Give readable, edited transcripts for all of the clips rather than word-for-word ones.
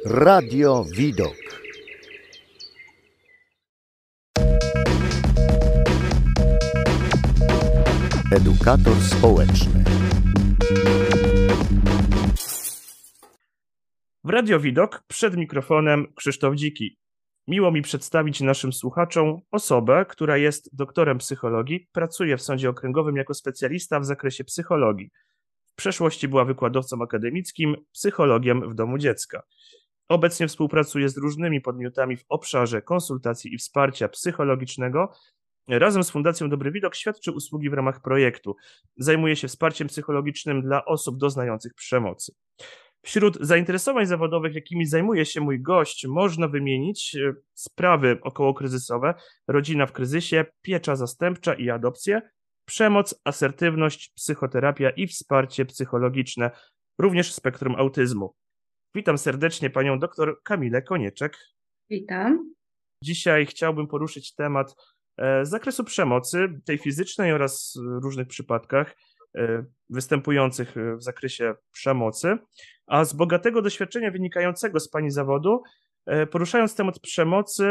Radio Widok. Edukator społeczny. W Radio Widok przed mikrofonem Krzysztof Dziki. Miło mi przedstawić naszym słuchaczom osobę, która jest doktorem psychologii, pracuje w Sądzie Okręgowym jako specjalista w zakresie psychologii. W przeszłości była wykładowcą akademickim, psychologiem w domu dziecka. Obecnie współpracuje z różnymi podmiotami w obszarze konsultacji i wsparcia psychologicznego. Razem z Fundacją Dobry Widok świadczy usługi w ramach projektu. Zajmuje się wsparciem psychologicznym dla osób doznających przemocy. Wśród zainteresowań zawodowych, jakimi zajmuje się mój gość, można wymienić sprawy okołokryzysowe, rodzina w kryzysie, piecza zastępcza i adopcje, przemoc, asertywność, psychoterapia i wsparcie psychologiczne, również spektrum autyzmu. Witam serdecznie panią dr Kamilę Konieczek. Witam. Dzisiaj chciałbym poruszyć temat z zakresu przemocy, tej fizycznej oraz różnych przypadkach występujących w zakresie przemocy, a z bogatego doświadczenia wynikającego z pani zawodu, poruszając temat przemocy,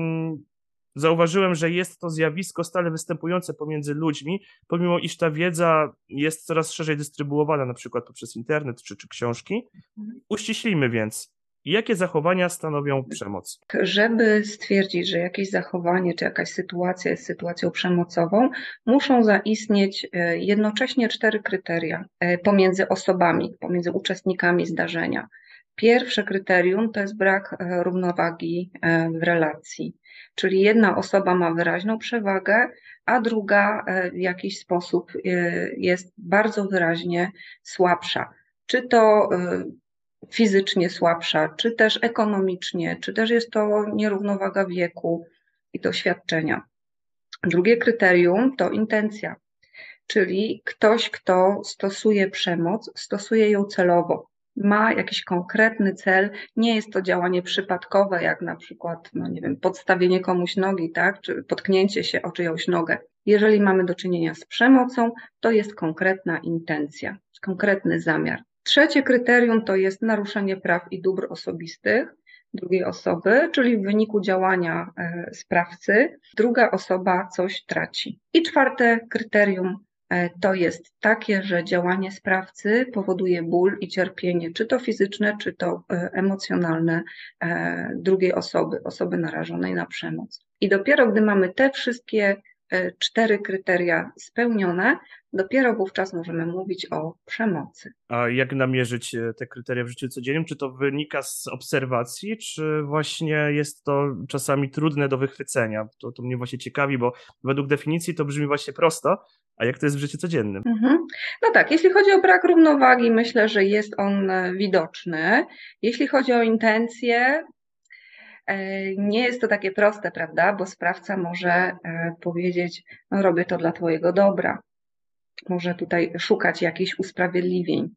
zauważyłem, że jest to zjawisko stale występujące pomiędzy ludźmi, pomimo iż ta wiedza jest coraz szerzej dystrybuowana, na przykład poprzez internet czy książki. Uściślimy więc, jakie zachowania stanowią przemoc? Żeby stwierdzić, że jakieś zachowanie czy jakaś sytuacja jest sytuacją przemocową, muszą zaistnieć jednocześnie 4 kryteria pomiędzy osobami, pomiędzy uczestnikami zdarzenia. Pierwsze kryterium to jest brak równowagi w relacji, czyli jedna osoba ma wyraźną przewagę, a druga w jakiś sposób jest bardzo wyraźnie słabsza. Czy to fizycznie słabsza, czy też ekonomicznie, czy też jest to nierównowaga wieku i doświadczenia. Drugie kryterium to intencja, czyli ktoś, kto stosuje przemoc, stosuje ją celowo. Ma jakiś konkretny cel, nie jest to działanie przypadkowe, jak na przykład, podstawienie komuś nogi, tak, czy potknięcie się o czyjąś nogę. Jeżeli mamy do czynienia z przemocą, to jest konkretna intencja, konkretny zamiar. Trzecie kryterium to jest naruszenie praw i dóbr osobistych drugiej osoby, czyli w wyniku działania sprawcy druga osoba coś traci. I czwarte kryterium to jest takie, że działanie sprawcy powoduje ból i cierpienie, czy to fizyczne, czy to emocjonalne drugiej osoby narażonej na przemoc. I dopiero gdy mamy te wszystkie 4 kryteria spełnione, dopiero wówczas możemy mówić o przemocy. A jak namierzyć te kryteria w życiu codziennym? Czy to wynika z obserwacji, czy właśnie jest to czasami trudne do wychwycenia? To mnie właśnie ciekawi, bo według definicji to brzmi właśnie prosto, a jak to jest w życiu codziennym? No tak, jeśli chodzi o brak równowagi, myślę, że jest on widoczny. Jeśli chodzi o intencje, nie jest to takie proste, prawda, bo sprawca może powiedzieć, no robię to dla twojego dobra. Może tutaj szukać jakichś usprawiedliwień.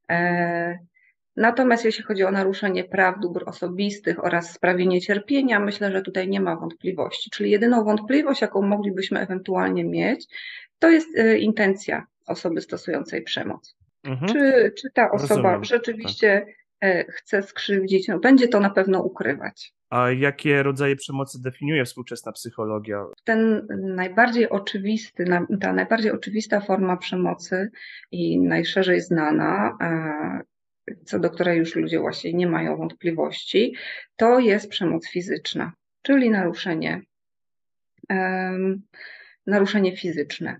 Natomiast jeśli chodzi o naruszenie praw, dóbr osobistych oraz sprawienie cierpienia, myślę, że tutaj nie ma wątpliwości. Czyli jedyną wątpliwość, jaką moglibyśmy ewentualnie mieć, to jest intencja osoby stosującej przemoc. Czy ta osoba rzeczywiście chce skrzywdzić? No, będzie to na pewno ukrywać. A jakie rodzaje przemocy definiuje współczesna psychologia? Ta najbardziej oczywista forma przemocy i najszerzej znana, co do której już ludzie właśnie nie mają wątpliwości, to jest przemoc fizyczna, czyli naruszenie fizyczne.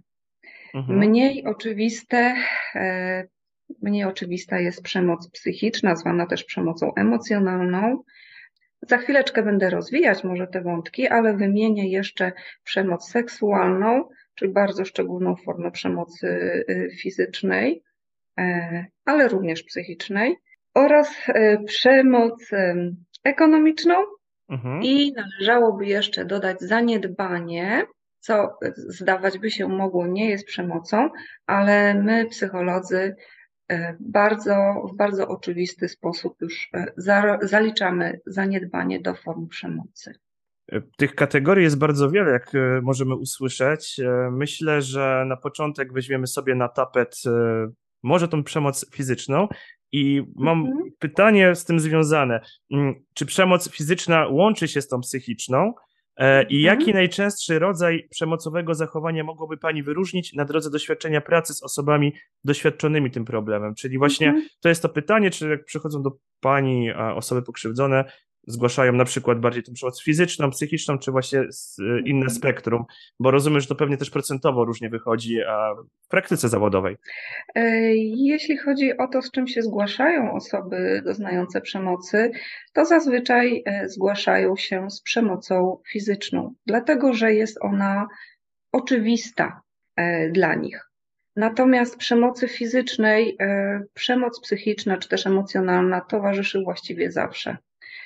Mniej oczywista jest przemoc psychiczna, zwana też przemocą emocjonalną. Za chwileczkę będę rozwijać może te wątki, ale wymienię jeszcze przemoc seksualną, czyli bardzo szczególną formę przemocy fizycznej, ale również psychicznej, oraz przemoc ekonomiczną i należałoby jeszcze dodać zaniedbanie, co zdawać by się mogło nie jest przemocą, ale my psycholodzy w bardzo oczywisty sposób już zaliczamy zaniedbanie do form przemocy. Tych kategorii jest bardzo wiele, jak możemy usłyszeć. Myślę, że na początek weźmiemy sobie na tapet może tą przemoc fizyczną I mam pytanie z tym związane. Czy przemoc fizyczna łączy się z tą psychiczną? I jaki najczęstszy rodzaj przemocowego zachowania mogłoby Pani wyróżnić na drodze doświadczenia pracy z osobami doświadczonymi tym problemem? Czyli właśnie to jest to pytanie, czy jak przychodzą do Pani osoby pokrzywdzone, zgłaszają na przykład bardziej tę przemoc fizyczną, psychiczną, czy właśnie inne spektrum? Bo rozumiem, że to pewnie też procentowo różnie wychodzi w praktyce zawodowej. Jeśli chodzi o to, z czym się zgłaszają osoby doznające przemocy, to zazwyczaj zgłaszają się z przemocą fizyczną, dlatego że jest ona oczywista dla nich. Natomiast przemocy fizycznej, przemoc psychiczna czy też emocjonalna towarzyszy właściwie zawsze.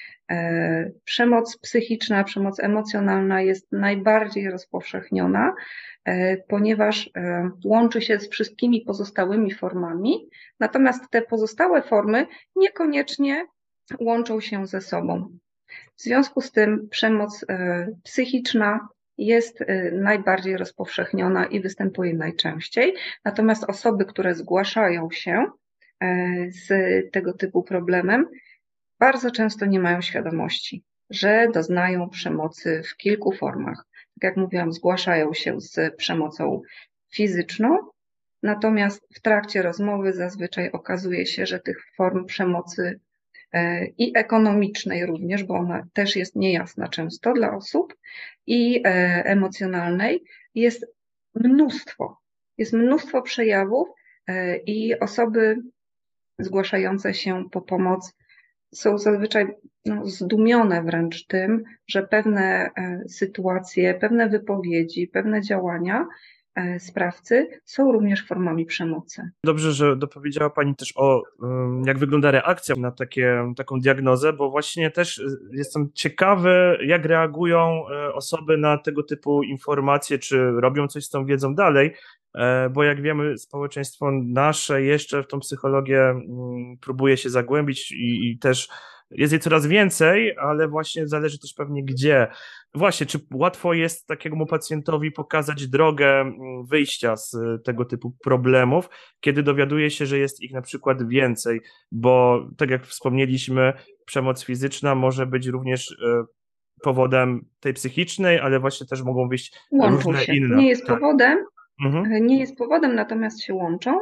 Przemoc psychiczna, przemoc emocjonalna jest najbardziej rozpowszechniona, ponieważ łączy się z wszystkimi pozostałymi formami, natomiast te pozostałe formy niekoniecznie łączą się ze sobą. W związku z tym przemoc psychiczna jest najbardziej rozpowszechniona i występuje najczęściej, natomiast osoby, które zgłaszają się z tego typu problemem, bardzo często nie mają świadomości, że doznają przemocy w kilku formach. Tak jak mówiłam, zgłaszają się z przemocą fizyczną, natomiast w trakcie rozmowy zazwyczaj okazuje się, że tych form przemocy i ekonomicznej również, bo ona też jest niejasna często dla osób, i emocjonalnej jest mnóstwo. Jest mnóstwo przejawów i osoby zgłaszające się po pomoc są zazwyczaj zdumione wręcz tym, że pewne sytuacje, pewne wypowiedzi, pewne działania sprawcy są również formami przemocy. Dobrze, że dopowiedziała Pani też o jak wygląda reakcja na taką diagnozę, bo właśnie też jestem ciekawy, jak reagują osoby na tego typu informacje, czy robią coś z tą wiedzą dalej, bo jak wiemy, społeczeństwo nasze jeszcze w tą psychologię próbuje się zagłębić i też jest jej coraz więcej, ale właśnie zależy też pewnie gdzie. Właśnie, czy łatwo jest takiemu pacjentowi pokazać drogę wyjścia z tego typu problemów, kiedy dowiaduje się, że jest ich na przykład więcej, bo tak jak wspomnieliśmy, przemoc fizyczna może być również powodem tej psychicznej, ale właśnie też mogą wyjść Łączą różne się. inne. Nie jest Tak. powodem, nie jest powodem, natomiast się łączą.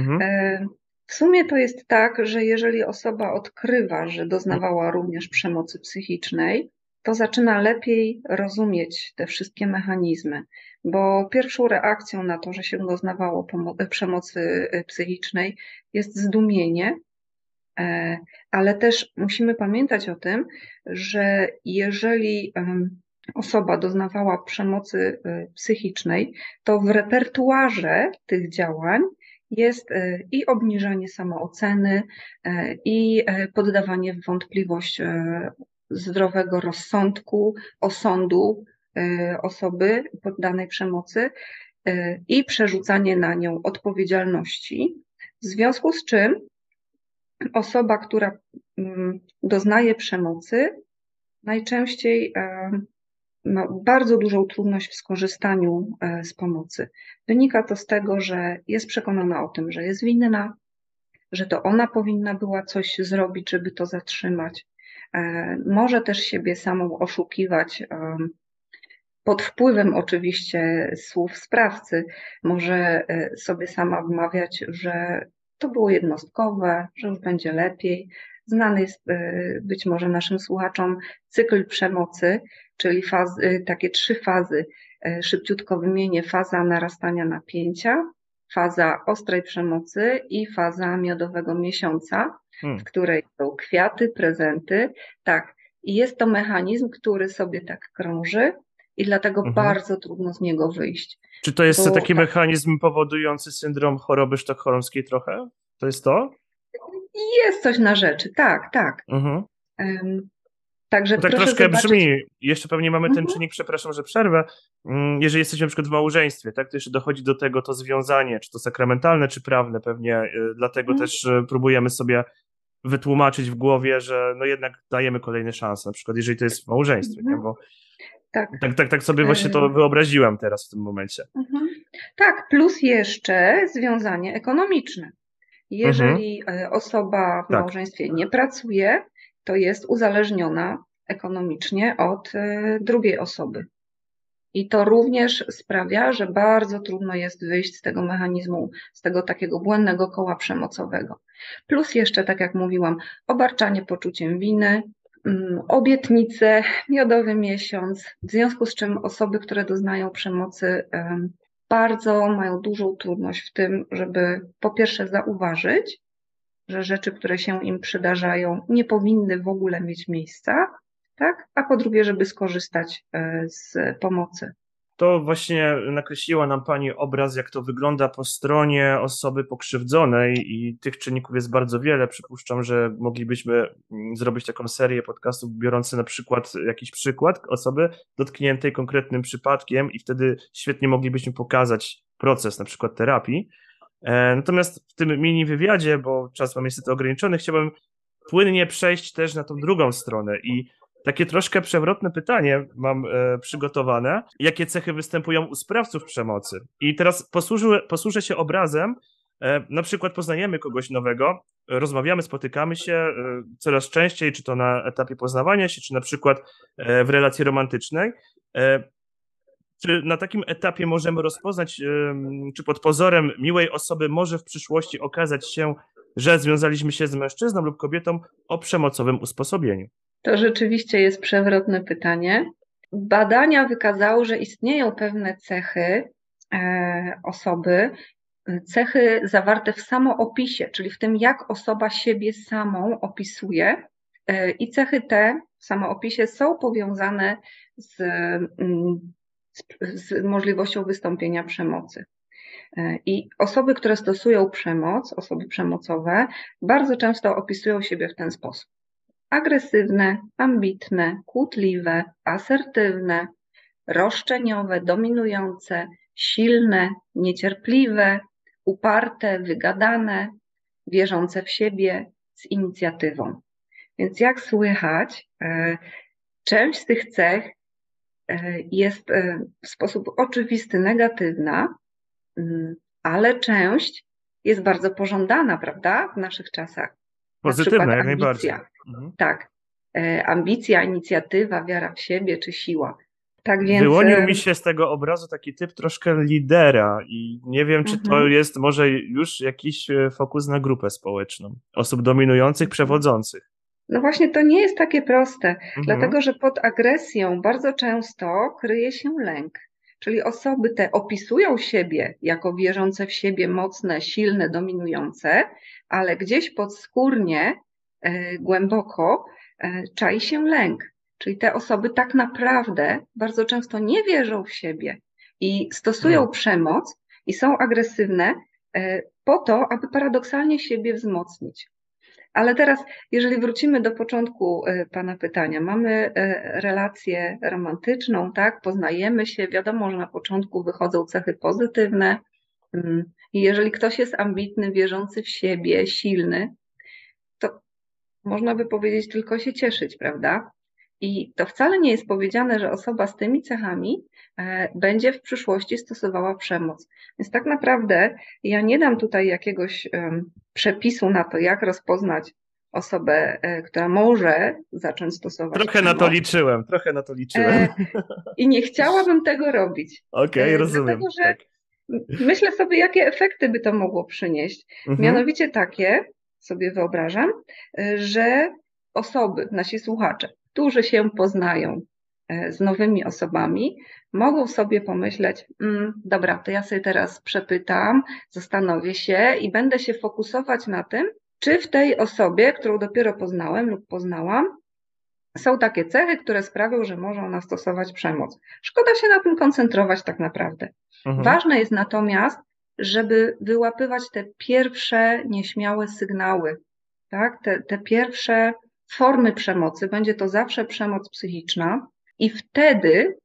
W sumie to jest tak, że jeżeli osoba odkrywa, że doznawała również przemocy psychicznej, to zaczyna lepiej rozumieć te wszystkie mechanizmy, bo pierwszą reakcją na to, że się doznawało przemocy psychicznej, jest zdumienie, ale też musimy pamiętać o tym, że jeżeli osoba doznawała przemocy psychicznej, to w repertuarze tych działań jest i obniżanie samooceny, i poddawanie w wątpliwość zdrowego rozsądku, osądu osoby poddanej przemocy i przerzucanie na nią odpowiedzialności, w związku z czym osoba, która doznaje przemocy, najczęściej ma bardzo dużą trudność w skorzystaniu z pomocy. Wynika to z tego, że jest przekonana o tym, że jest winna, że to ona powinna była coś zrobić, żeby to zatrzymać. Może też siebie samą oszukiwać pod wpływem oczywiście słów sprawcy. Może sobie sama wmawiać, że to było jednostkowe, że już będzie lepiej. Znany jest być może naszym słuchaczom cykl przemocy, czyli takie 3 fazy. Szybciutko wymienię: faza narastania napięcia, faza ostrej przemocy i faza miodowego miesiąca, w której są kwiaty, prezenty. Tak, i jest to mechanizm, który sobie tak krąży i dlatego bardzo trudno z niego wyjść. Czy to jest taki mechanizm powodujący syndrom choroby sztokholmskiej trochę? To jest to? Jest coś na rzeczy, tak. Także no tak proszę troszkę zobaczyć. Brzmi. Jeszcze pewnie mamy ten czynnik, przepraszam, że przerwę. Jeżeli jesteśmy na przykład w małżeństwie, tak, to jeszcze dochodzi do tego to związanie, czy to sakramentalne, czy prawne, pewnie dlatego też próbujemy sobie wytłumaczyć w głowie, że no jednak dajemy kolejne szanse, na przykład jeżeli to jest w małżeństwie, nie? Bo tak sobie właśnie to wyobraziłem teraz w tym momencie. Tak, plus jeszcze związanie ekonomiczne. Jeżeli osoba w Tak. małżeństwie nie pracuje, to jest uzależniona ekonomicznie od drugiej osoby. I to również sprawia, że bardzo trudno jest wyjść z tego mechanizmu, z tego takiego błędnego koła przemocowego. Plus jeszcze, tak jak mówiłam, obarczanie poczuciem winy, obietnice, miodowy miesiąc, w związku z czym osoby, które doznają przemocy, bardzo mają dużą trudność w tym, żeby po pierwsze zauważyć, że rzeczy, które się im przydarzają, nie powinny w ogóle mieć miejsca, tak? A po drugie, żeby skorzystać z pomocy. To właśnie nakreśliła nam Pani obraz, jak to wygląda po stronie osoby pokrzywdzonej i tych czynników jest bardzo wiele. Przypuszczam, że moglibyśmy zrobić taką serię podcastów biorący na przykład jakiś przykład osoby dotkniętej konkretnym przypadkiem i wtedy świetnie moglibyśmy pokazać proces na przykład terapii. Natomiast w tym mini wywiadzie, bo czas mam niestety ograniczony, chciałbym płynnie przejść też na tą drugą stronę i takie troszkę przewrotne pytanie mam przygotowane. Jakie cechy występują u sprawców przemocy? I teraz posłużę się obrazem. Na przykład poznajemy kogoś nowego, rozmawiamy, spotykamy się coraz częściej, czy to na etapie poznawania się, czy na przykład w relacji romantycznej. Czy na takim etapie możemy rozpoznać, czy pod pozorem miłej osoby może w przyszłości okazać się, że związaliśmy się z mężczyzną lub kobietą o przemocowym usposobieniu? To rzeczywiście jest przewrotne pytanie. Badania wykazały, że istnieją pewne cechy osoby, cechy zawarte w samoopisie, czyli w tym, jak osoba siebie samą opisuje. I cechy te w samoopisie są powiązane z możliwością wystąpienia przemocy. I osoby, które stosują przemoc, osoby przemocowe, bardzo często opisują siebie w ten sposób. Agresywne, ambitne, kłótliwe, asertywne, roszczeniowe, dominujące, silne, niecierpliwe, uparte, wygadane, wierzące w siebie, z inicjatywą. Więc jak słychać, część z tych cech jest w sposób oczywisty negatywna, ale część jest bardzo pożądana, prawda, w naszych czasach. Pozytywna, jak najbardziej. Tak, ambicja, inicjatywa, wiara w siebie czy siła. Tak więc... Wyłonił mi się z tego obrazu taki typ troszkę lidera i nie wiem, czy to jest może już jakiś fokus na grupę społeczną, osób dominujących, przewodzących. No właśnie, to nie jest takie proste, dlatego że pod agresją bardzo często kryje się lęk. Czyli osoby te opisują siebie jako wierzące w siebie, mocne, silne, dominujące, ale gdzieś podskórnie, głęboko czai się lęk. Czyli te osoby tak naprawdę bardzo często nie wierzą w siebie i stosują przemoc i są agresywne po to, aby paradoksalnie siebie wzmocnić. Ale teraz, jeżeli wrócimy do początku Pana pytania, mamy relację romantyczną, tak? Poznajemy się, wiadomo, że na początku wychodzą cechy pozytywne i jeżeli ktoś jest ambitny, wierzący w siebie, silny, to można by powiedzieć tylko się cieszyć, prawda? I to wcale nie jest powiedziane, że osoba z tymi cechami będzie w przyszłości stosowała przemoc. Więc tak naprawdę ja nie dam tutaj jakiegoś przepisu na to, jak rozpoznać osobę, która może zacząć stosować Trochę przemoc. trochę na to liczyłem. I nie chciałabym tego robić. Okej, rozumiem. Dlatego, że tak. myślę sobie, jakie efekty by to mogło przynieść. Mianowicie takie, sobie wyobrażam, że osoby, nasi słuchacze, którzy się poznają z nowymi osobami, mogą sobie pomyśleć, dobra, to ja sobie teraz przepytam, zastanowię się i będę się fokusować na tym, czy w tej osobie, którą dopiero poznałem lub poznałam, są takie cechy, które sprawią, że może ona stosować przemoc. Szkoda się na tym koncentrować tak naprawdę. Ważne jest natomiast, żeby wyłapywać te pierwsze nieśmiałe sygnały, tak? Te pierwsze formy przemocy, będzie to zawsze przemoc psychiczna i wtedy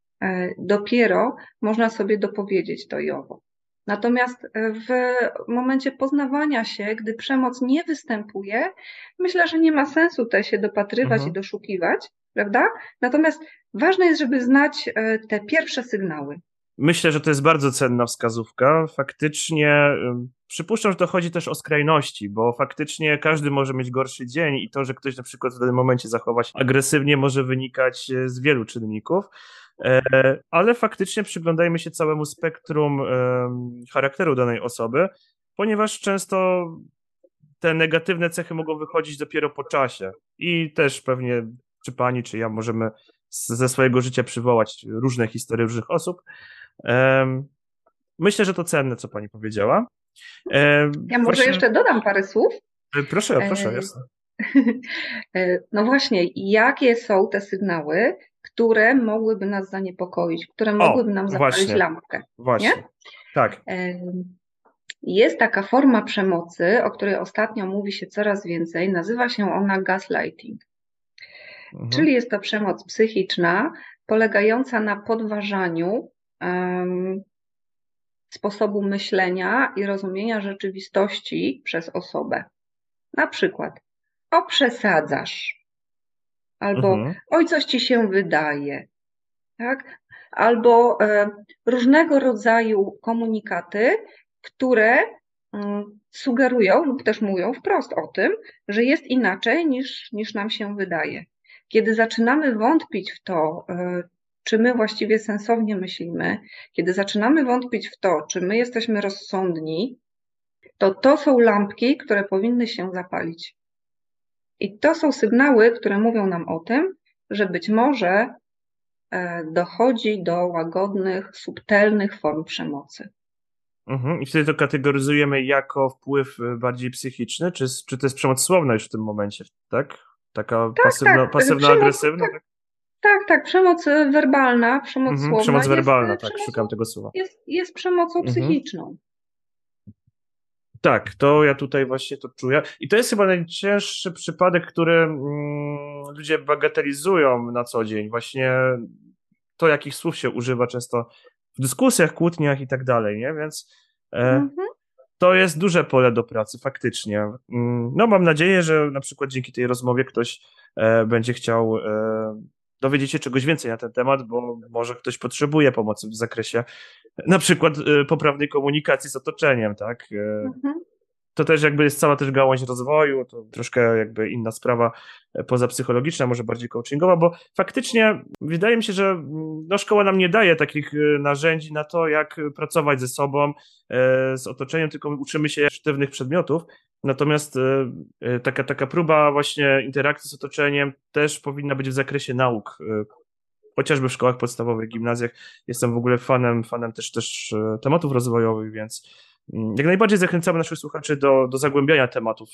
dopiero można sobie dopowiedzieć to i owo. Natomiast w momencie poznawania się, gdy przemoc nie występuje, myślę, że nie ma sensu tutaj się dopatrywać i doszukiwać, prawda? Natomiast ważne jest, żeby znać te pierwsze sygnały. Myślę, że to jest bardzo cenna wskazówka. Faktycznie przypuszczam, że to chodzi też o skrajności, bo faktycznie każdy może mieć gorszy dzień i to, że ktoś na przykład w danym momencie zachowa się agresywnie, może wynikać z wielu czynników, ale faktycznie przyglądajmy się całemu spektrum charakteru danej osoby, ponieważ często te negatywne cechy mogą wychodzić dopiero po czasie i też pewnie czy pani, czy ja możemy ze swojego życia przywołać różne historie różnych osób. Myślę, że to cenne, co pani powiedziała. Ja może Właśnie, jeszcze dodam parę słów. proszę, E, jasne. No właśnie, jakie są te sygnały, które mogłyby nas zaniepokoić, które mogłyby nam zapalić lampkę, nie? Właśnie, tak. Jest taka forma przemocy, o której ostatnio mówi się coraz więcej, nazywa się ona gaslighting. Czyli jest to przemoc psychiczna, polegająca na podważaniu sposobu myślenia i rozumienia rzeczywistości przez osobę. Na przykład, o przesadzasz, albo oj coś ci się wydaje, tak? Albo różnego rodzaju komunikaty, które sugerują lub też mówią wprost o tym, że jest inaczej niż nam się wydaje. Kiedy zaczynamy wątpić w to, czy my właściwie sensownie myślimy, kiedy zaczynamy wątpić w to, czy my jesteśmy rozsądni, to są lampki, które powinny się zapalić. I to są sygnały, które mówią nam o tym, że być może dochodzi do łagodnych, subtelnych form przemocy. I wtedy to kategoryzujemy jako wpływ bardziej psychiczny, czy to jest przemoc słowna już w tym momencie, tak? Taka pasywno-agresywna? Tak, przemoc werbalna, przemoc słowna przemoc werbalna, jest tak, szukam tego słowa. Jest przemocą psychiczną. Tak, to ja tutaj właśnie to czuję. I to jest chyba najcięższy przypadek, który ludzie bagatelizują na co dzień. Właśnie to, jakich słów się używa często w dyskusjach, kłótniach i tak dalej, nie? Więc to jest duże pole do pracy, faktycznie. No, mam nadzieję, że na przykład dzięki tej rozmowie ktoś będzie chciał dowiedzieć się czegoś więcej na ten temat, bo może ktoś potrzebuje pomocy w zakresie na przykład poprawnej komunikacji z otoczeniem, tak? To też jakby jest cała też gałąź rozwoju, to troszkę jakby inna sprawa pozapsychologiczna, może bardziej coachingowa, bo faktycznie wydaje mi się, że no, szkoła nam nie daje takich narzędzi na to, jak pracować ze sobą, z otoczeniem, tylko uczymy się sztywnych przedmiotów, natomiast taka próba właśnie interakcji z otoczeniem też powinna być w zakresie nauk, chociażby w szkołach podstawowych, gimnazjach. Jestem w ogóle fanem też tematów rozwojowych, więc jak najbardziej zachęcamy naszych słuchaczy do zagłębiania tematów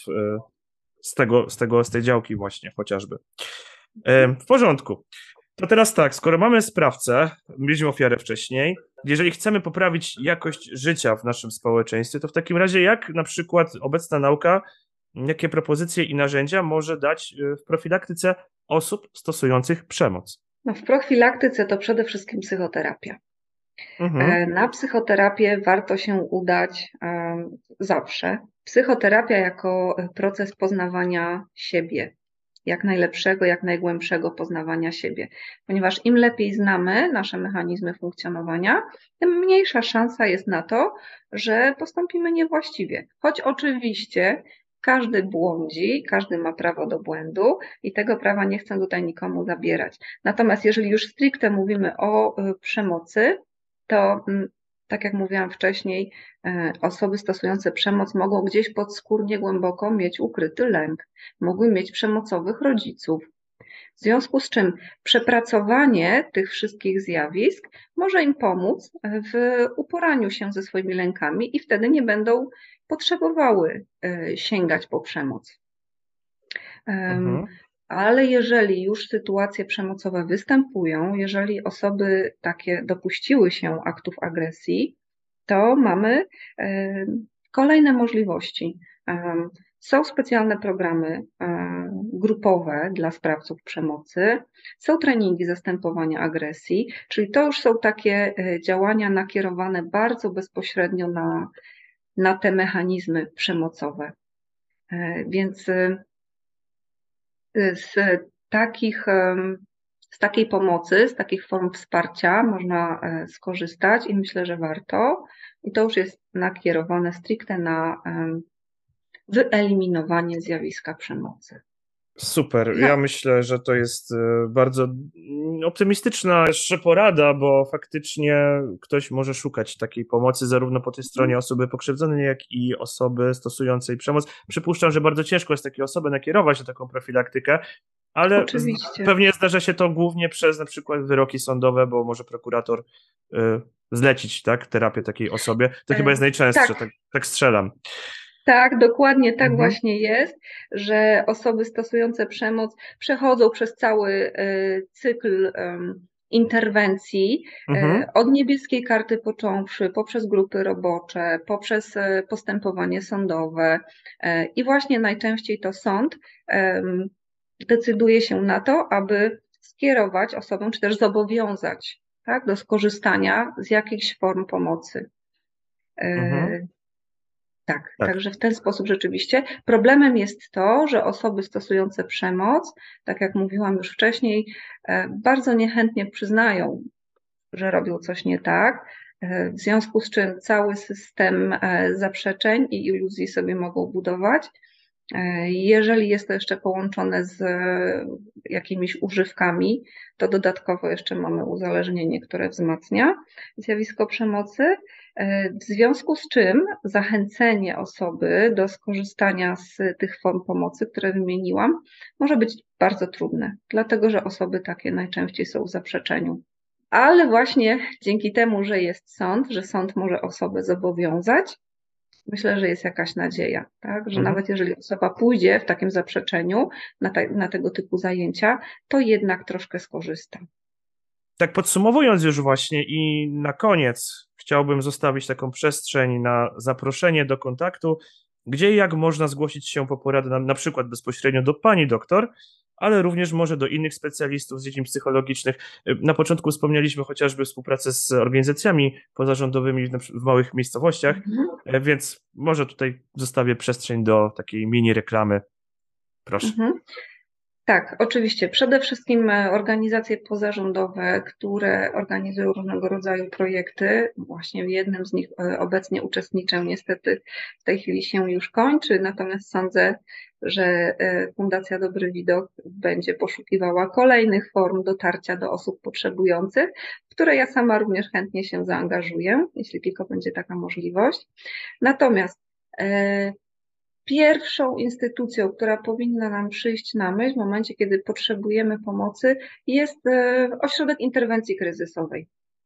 z tej działki właśnie chociażby. W porządku. To teraz tak, skoro mamy sprawcę, mieliśmy ofiarę wcześniej, jeżeli chcemy poprawić jakość życia w naszym społeczeństwie, to w takim razie jak na przykład obecna nauka, jakie propozycje i narzędzia może dać w profilaktyce osób stosujących przemoc? No, w profilaktyce to przede wszystkim psychoterapia. Na psychoterapię warto się udać zawsze. Psychoterapia jako proces poznawania siebie, jak najlepszego, jak najgłębszego poznawania siebie. Ponieważ im lepiej znamy nasze mechanizmy funkcjonowania, tym mniejsza szansa jest na to, że postąpimy niewłaściwie. Choć oczywiście każdy błądzi, każdy ma prawo do błędu i tego prawa nie chcę tutaj nikomu zabierać. Natomiast jeżeli już stricte mówimy o przemocy, to tak jak mówiłam wcześniej, osoby stosujące przemoc mogą gdzieś podskórnie głęboko mieć ukryty lęk, mogły mieć przemocowych rodziców. W związku z czym przepracowanie tych wszystkich zjawisk może im pomóc w uporaniu się ze swoimi lękami i wtedy nie będą potrzebowały sięgać po przemoc. Ale jeżeli już sytuacje przemocowe występują, jeżeli osoby takie dopuściły się aktów agresji, to mamy kolejne możliwości. Są specjalne programy grupowe dla sprawców przemocy, są treningi zastępowania agresji, czyli to już są takie działania nakierowane bardzo bezpośrednio na te mechanizmy przemocowe. Więc z takich z takiej pomocy, z takich form wsparcia można skorzystać i myślę, że warto. I to już jest nakierowane stricte na wyeliminowanie zjawiska przemocy. Super. Ja myślę, że to jest bardzo optymistyczna jeszcze porada, bo faktycznie ktoś może szukać takiej pomocy zarówno po tej stronie osoby pokrzywdzonej, jak i osoby stosującej przemoc. Przypuszczam, że bardzo ciężko jest takiej osoby nakierować na taką profilaktykę, ale Oczywiście. pewnie zdarza się to głównie przez na przykład wyroki sądowe, bo może prokurator zlecić, tak, terapię takiej osobie. To chyba jest najczęstsze, tak strzelam. Tak, dokładnie tak właśnie jest, że osoby stosujące przemoc przechodzą przez cały cykl interwencji, od niebieskiej karty począwszy, poprzez grupy robocze, poprzez postępowanie sądowe i właśnie najczęściej to sąd decyduje się na to, aby skierować osobę, czy też zobowiązać, tak, do skorzystania z jakichś form pomocy. Tak, także w ten sposób rzeczywiście. Problemem jest to, że osoby stosujące przemoc, tak jak mówiłam już wcześniej, bardzo niechętnie przyznają, że robią coś nie tak, w związku z czym cały system zaprzeczeń i iluzji sobie mogą budować. Jeżeli jest to jeszcze połączone z jakimiś używkami, to dodatkowo jeszcze mamy uzależnienie, które wzmacnia zjawisko przemocy, w związku z czym zachęcenie osoby do skorzystania z tych form pomocy, które wymieniłam, może być bardzo trudne, dlatego że osoby takie najczęściej są w zaprzeczeniu. Ale właśnie dzięki temu, że jest sąd, że sąd może osobę zobowiązać, myślę, że jest jakaś nadzieja, tak? Że nawet jeżeli osoba pójdzie w takim zaprzeczeniu na tego typu zajęcia, to jednak troszkę skorzysta. Tak podsumowując już właśnie i na koniec chciałbym zostawić taką przestrzeń na zaproszenie do kontaktu, gdzie i jak można zgłosić się po poradę na przykład bezpośrednio do pani doktor, ale również może do innych specjalistów z dziedzin psychologicznych. Na początku wspomnieliśmy chociażby współpracę z organizacjami pozarządowymi w małych miejscowościach, więc może tutaj zostawię przestrzeń do takiej mini reklamy. Proszę. Tak, oczywiście. Przede wszystkim organizacje pozarządowe, które organizują różnego rodzaju projekty. Właśnie w jednym z nich obecnie uczestniczę. Niestety w tej chwili się już kończy, natomiast sądzę, że Fundacja Dobry Widok będzie poszukiwała kolejnych form dotarcia do osób potrzebujących, w które ja sama również chętnie się zaangażuję, jeśli tylko będzie taka możliwość. Natomiast pierwszą instytucją, która powinna nam przyjść na myśl w momencie, kiedy potrzebujemy pomocy, jest ośrodek interwencji kryzysowej.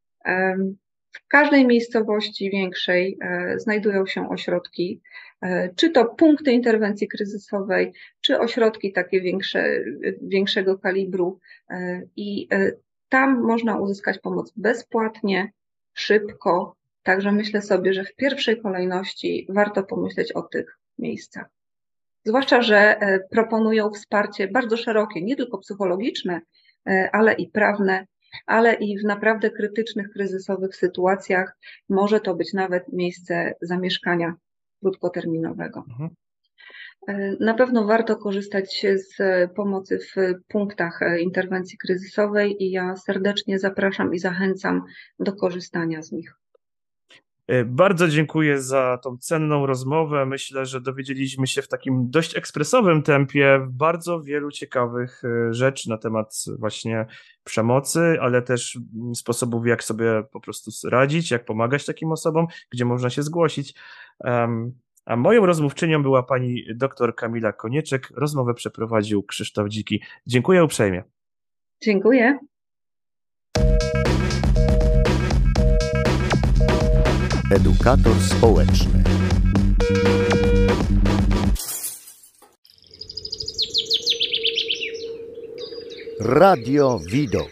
W każdej miejscowości większej znajdują się ośrodki, czy to punkty interwencji kryzysowej, czy ośrodki takie większego kalibru i tam można uzyskać pomoc bezpłatnie, szybko, także myślę sobie, że w pierwszej kolejności warto pomyśleć o tych miejscach. Zwłaszcza, że proponują wsparcie bardzo szerokie, nie tylko psychologiczne, ale i prawne, ale i w naprawdę krytycznych, kryzysowych sytuacjach może to być nawet miejsce zamieszkania krótkoterminowego. Na pewno warto korzystać z pomocy w punktach interwencji kryzysowej i ja serdecznie zapraszam i zachęcam do korzystania z nich. Bardzo dziękuję za tą cenną rozmowę. Myślę, że dowiedzieliśmy się w takim dość ekspresowym tempie bardzo wielu ciekawych rzeczy na temat właśnie przemocy, ale też sposobów, jak sobie po prostu radzić, jak pomagać takim osobom, gdzie można się zgłosić. A moją rozmówczynią była pani dr Kamila Konieczek. Rozmowę przeprowadził Krzysztof Dziki. Dziękuję uprzejmie. Dziękuję. Edukator społeczny. Radio Widok.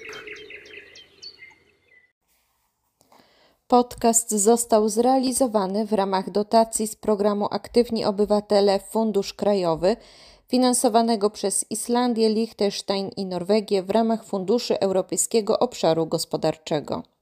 Podcast został zrealizowany w ramach dotacji z programu Aktywni Obywatele Fundusz Krajowy, finansowanego przez Islandię, Liechtenstein i Norwegię w ramach Funduszy Europejskiego Obszaru Gospodarczego.